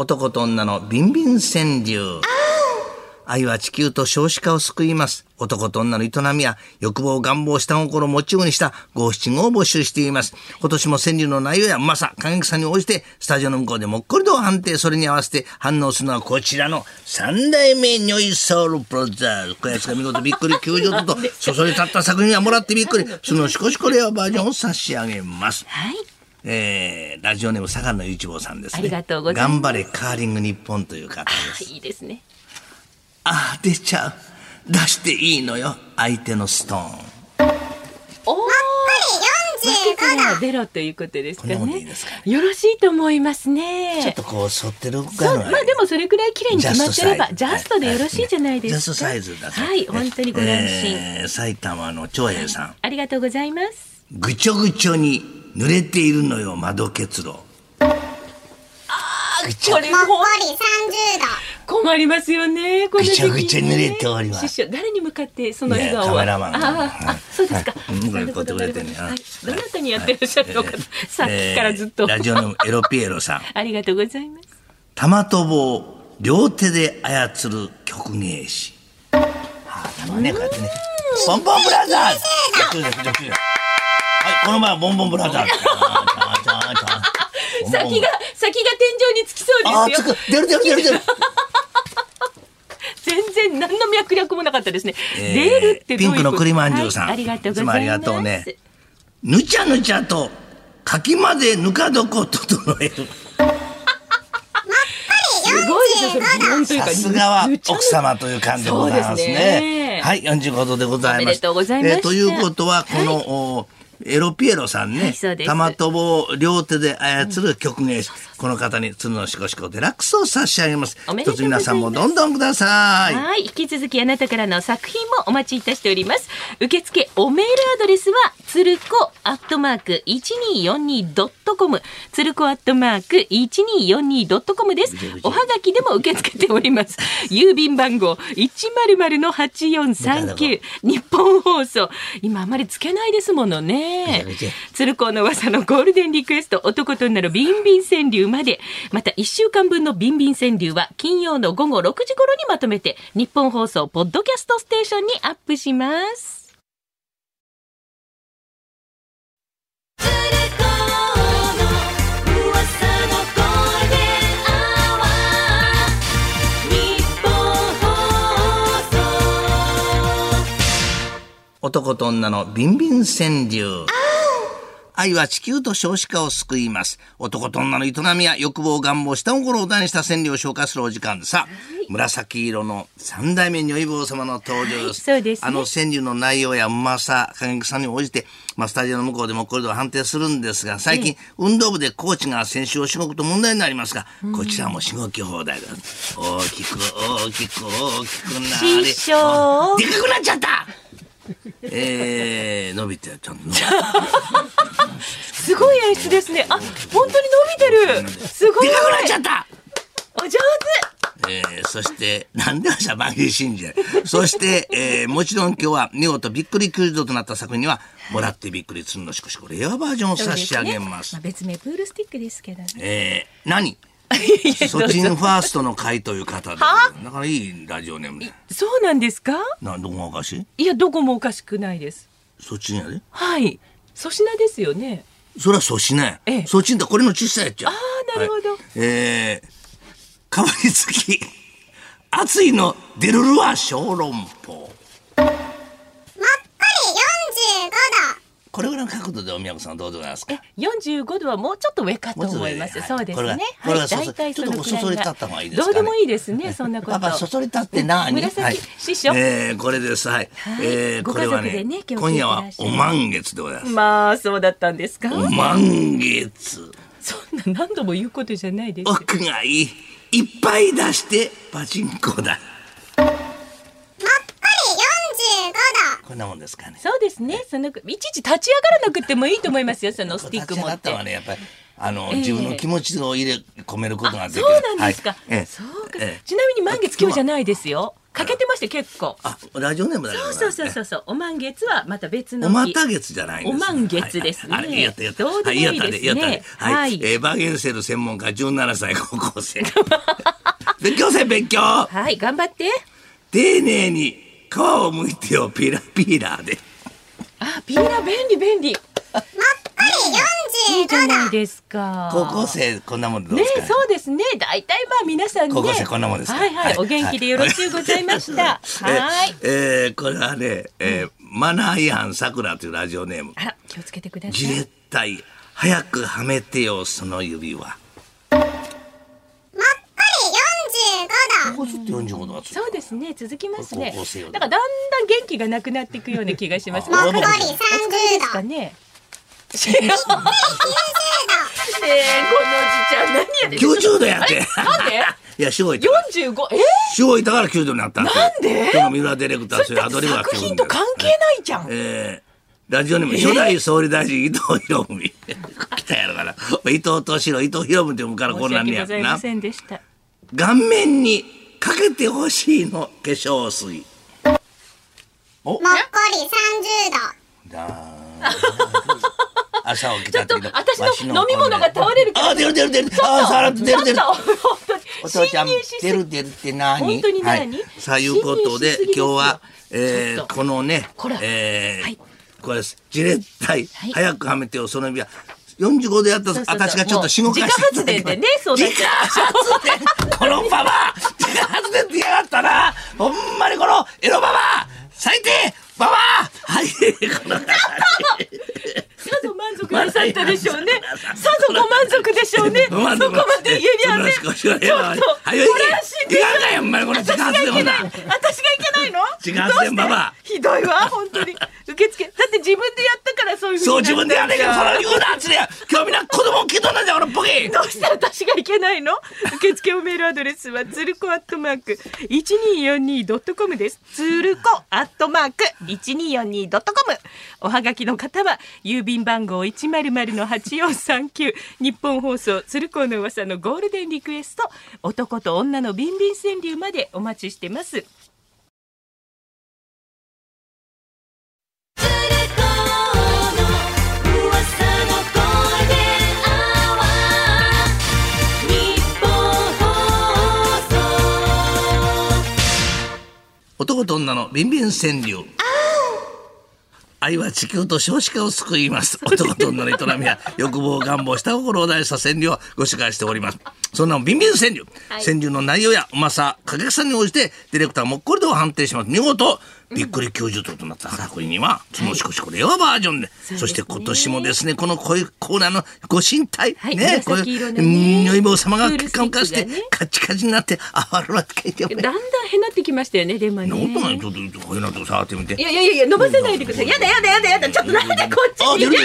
男と女のビンビン川柳。愛は地球と少子化を救います。男と女の営みや欲望、願望、下心をモチーフにした五七五を募集しています。今年も川柳の内容やうまさ、過激さに応じてスタジオの向こうでもっこりと判定、それに合わせて反応するのはこちらの三代目ニョイソウルプロザーズ。こやつが見事びっくり救助とそそり立った作品はもらってびっくり、そのシコシコレアバージョンを差し上げます。 はい。 ラジオネーム佐賀のゆちぼうさんですね。 ありがとうございます。 頑張れカーリング日本という方です。 いいですね。 あ、出ちゃう。出していいのよ、相手のストーン。 おー、45度出ろということですかね。 こんなもんでいいですかね。 よろしいと思いますね。 ちょっとこう反ってるそう、まあでもそれくらい綺麗に決まってればジャストでよろしいじゃないですか。 ジャストサイズだそう。 はい、本当にご安心。 埼玉の長平さん。 ありがとうございます。 ぐちょぐちょに濡れているのよ、窓結露。 これももっこり30度。 困りますよね。この時期ね。 ぐちゃぐちゃ濡れております。 師匠、誰に向かってその笑顔は。 カメラマン。 そうですか。 向こうにこうやってくれてんね。 どなたにやってらっしゃるのか、さっきからずっと。 ラジオのエロピエロさん。 ありがとうございます。 玉と棒を両手で操る曲芸師。玉ね、こうやってね。ボンボンブラザーズ。はい、この前はボンボンブラザーズ。 先が天井につきそうですよ。 出る。 全然何の脈略もなかったですね。出るってどういうこと？ ピンクの栗まんじゅうさん。 ありがとうございます。 いつもありがとうね。ぬちゃぬちゃとかきまでぬか床整える。 すごいですよ。それ疑問というか。 さすがは奥様という感じでございますね。はい、45度でございます。 おめでとうございます。 ということはこの、エロピエロさんね、玉と棒を両手で操る曲芸師、この方に鶴のしこしこデラックスを差し上げます。一つ皆さんもどんどんください。 はい、引き続きあなたからの作品もお待ちいたしております。受付おメールアドレスはつるこ@1242.com、つるこ@1242.com です。おはがきでも受け付けております。郵便番号100-8439、日本放送。今あまりつけないですものね。鶴光の噂のゴールデンリクエスト、男と女のビンビン川柳まで。また1週間分のビンビン川柳は金曜の午後6時頃にまとめて日本放送ポッドキャストステーションにアップします。 男と女のビンビン川柳。愛は地球と少子化を救います。男と女の営みや欲望、願望、下心を題にした川柳を紹介するお時間でさ、紫色の三代目如意棒様の登場です。 そうですね。 川柳の内容やうまさ、過激さに応じて、スタジオの向こうでもこれで判定するんですが、最近、運動部でコーチが選手をしごくと問題になりますが、こちらもしごき放題だ。大きく大きく大きくなれ。 師匠。 でかくなっちゃった伸びてちゃんとすごい演出ですね。あ、本当に伸びてる。すごい。 でかくなっちゃった。 お上手。そしてなんで私はマギー信者。そして、もちろん今日は見事びっくりクイズとなった作品にはもらってびっくりするのしこしこレアバージョンを差し上げます。 別名プールスティックですけどね。 何ソチンファーストの会という方で、だからいいラジオネームね。 そうなんですか？ どこがおかしい？ いや、どこもおかしくないです。 ソチンやで。 はい。粗品ですよね。 それは粗品や。ソチンだ、これの小さいやっちゃう。 ああ、なるほど。 かぶりつき熱いのデルルワ小籠包。もっこり45度。これぐらいの角度でお宮子さんどうでございますか ？45度はもうちょっと上かと思います。そうですね。 これが大体そのくらいがちょっとそそり立った方がいいですかね。 どうでもいいですね、そんなこと。 パパそそり立って何？ 紫師匠。 これです。はい。 ご家族でね、 今夜はお満月でございます。 まあそうだったんですか？ お満月。 そんな何度も言うことじゃないです。 奥がいい。いっぱい出してパチンコだ。こんなもんですかね。 そうですね。いちいち立ち上がらなくてもいいと思いますよ。そのスティック持って。 立ち上がったはね、やっぱり自分の気持ちを入れ込めることができる。 そうなんですか。そうか。ちなみに満月今日じゃないですよ。 かけてまして結構。 ラジオネームだけどな。 そう。お満月はまた別の日。 おまた月じゃないんです。 お満月ですね。 はい、やった。 どうでもいいですね。 はい。バーゲンセル専門家17歳高校生。勉強。 はい、頑張って。 丁寧に皮を剥いてよ、ピーラーで。 ピーラー便利。 もっこり45度。 いいじゃないですか。 高校生こんなもんでどうですかね。 そうですね。大体皆さんね。 高校生こんなもんですか。 はい、お元気でよろしゅうございました。はい。 これはね、マナー違反さくらというラジオネーム。 気をつけてください。 じれったい早くはめてよその指輪。ここずっと45度がそうですね、続きますね。 高校生だからだんだん元気がなくなっていくような気がします。 もっこり30度。 ですかね。このおじちゃん何やで。 90度やって。 なんで？ いや、しごい。 45。 しごいたから90度になったんですよ。 なんで？ 今日の三浦ディレクターそれアドリブが作品と関係ないじゃん。 ラジオネーム初代総理大臣伊藤博文。来たやろから。伊藤敏郎、伊藤博文って読むからこんなんねや申し訳ございませんでした。 顔面にかけてほしいの化粧水。 もっこり30度。 朝起きた時の私の飲み物が倒れるから。 出る。出る。お父ちゃん出るって何？ 本当に何？ さあいうことで今日はこのねこれです。じれったい早くはめてよその指輪。45でやった私がちょっとしごかして自家発電でね、そうだ。 自家発電このパパ自家発電ってやがったな。ほんまにこのエロパパ最低パパ。はい、このさぞ満足なさったでしょうね。さぞご満足でしょうね。そこまで言えりゃね。ちょっとこれは死んでないよ。私がいけないの？ 自家発電パパひどいわ本当に。受付だって自分でやったからそういうふうに。 そう自分でやれけどその言うなっつれや。今日みんな子供聞いとんなんじゃこのボケ。 どうして私がいけないの？受付おメールアドレスはつるこ@1242.com です。つるこ@1242.com。おはがきの方は郵便番号100-8439日本放送鶴光の噂のゴールデンリクエスト男と女のビンビン川柳までお待ちしてます。 男と女のビンビン川柳。愛は地球と少子化を救います。男と女の営みや欲望願望下心を題した川柳をご紹介しております。そんなビンビン川柳、川柳の内容やうまさ過激さに応じてディレクターもっこり度を判定します。見作びっくり90度となった作品にはそのしこしこ令和バージョンで、そして今年もですねこのこういうコーナーのご神体、こういう如意棒様が血管を化してカチカチになってあわるわって書いてだんだんへなってきましたよね。でもねなんとないちょっとへなと触ってみて。 いや伸ばせないでください。やだちょっとなんでこっちに。 出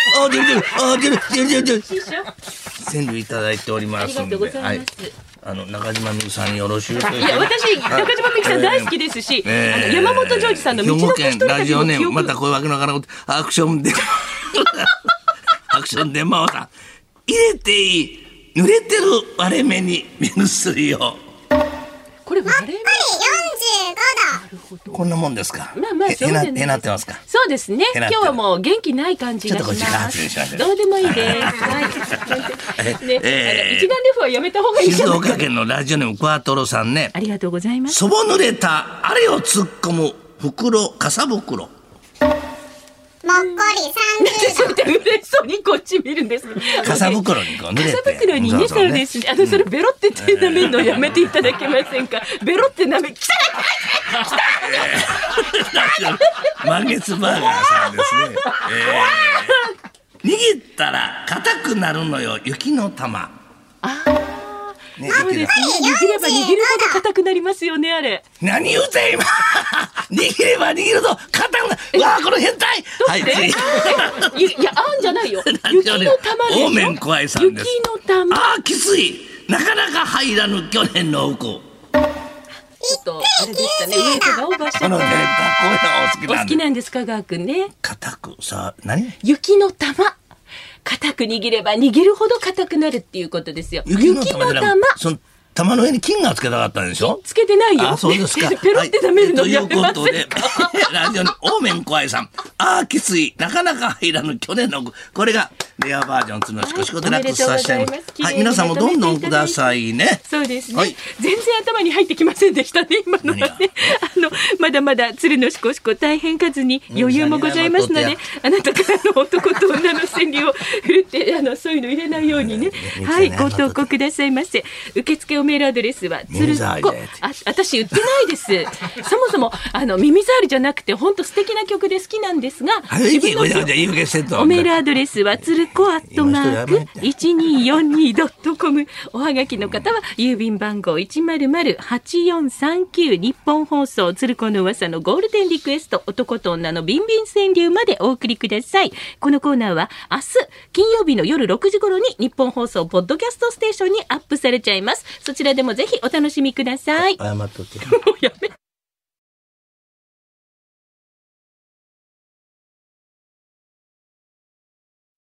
る川柳いただいておりますので、中島みゆきさんによろしゅう。いや私中島みゆきさん大好きですし、山本譲二さんの道の子一人ラジオネームまたこういうわけのわからんことアクションでアクションでまおさん入れていい濡れてる割れ目に目薬を。 これ割れ目 45度。 こんなもんですか。 へなってますか。 そうですね。今日はもう元気ない感じがします。 ちょっとこっちが発言しましょう。 どうでもいいです。一眼レフはやめた方がいい。 静岡県のラジオネームクワトロさんね。 ありがとうございます。 そぼ濡れたあれを突っ込む袋傘袋。 もっこり30度。 嬉しそうにこっち見るんです。 傘袋にこう濡れて。 傘袋にね、そうですね。それベロって手舐めるのやめていただけませんか。ベロって舐め、 満月バーガーさんですね。握ったら硬くなるのよ雪の玉。 そうですね。握れば握るほど硬くなりますよねあれ。 何言うて今。握れば握ると硬くなる。うわこの変態。はい。 いやあんじゃないよ。雪の玉でしょ。 オーメン怖いさんです。 雪の玉。 きつい。なかなか入らぬ去年の服。 ちょっとあれでしたね。ウエイトがオーバーしちゃった。 このデータこういうのお好きなんですか香川くんね。 硬くさ何？ 雪の玉。硬く握れば握るほど硬くなるっていうことですよ。雪の玉。 玉の上に金がつけたかったんでしょ。 つけてないよ。 あ、そうですか。 ペロって食べるのということでやめまラジオにオーメン小愛さん、きつい、なかなか入らぬ去年のこれがレアバージョン鶴のしこしこデラックスさせてあります。はい、皆さんもどんどんくださいね。 そうですね、 はい、 全然頭に入ってきませんでしたね、今のはね。まだまだ鶴のしこしこ大変数に余裕もございますので、あなたからの男と女の川柳を振るってそういうの入れないようにね、はい、ご投稿くださいませ。受付おメールアドレスは鶴子、私言ってないです。そもそも耳障りじゃなくて本当素敵な曲で好きなんですが、自分のおメールアドレスは鶴子@1242.com、 おはがきの方は郵便番号 100-8439、 日本放送鶴子の噂のゴールデンリクエスト、男と女のビンビン川柳までお送りください。このコーナーは明日金曜日の夜6時頃に日本放送ポッドキャストステーションにアップされちゃいます。そちらでもぜひお楽しみください。 謝っとってもうやめ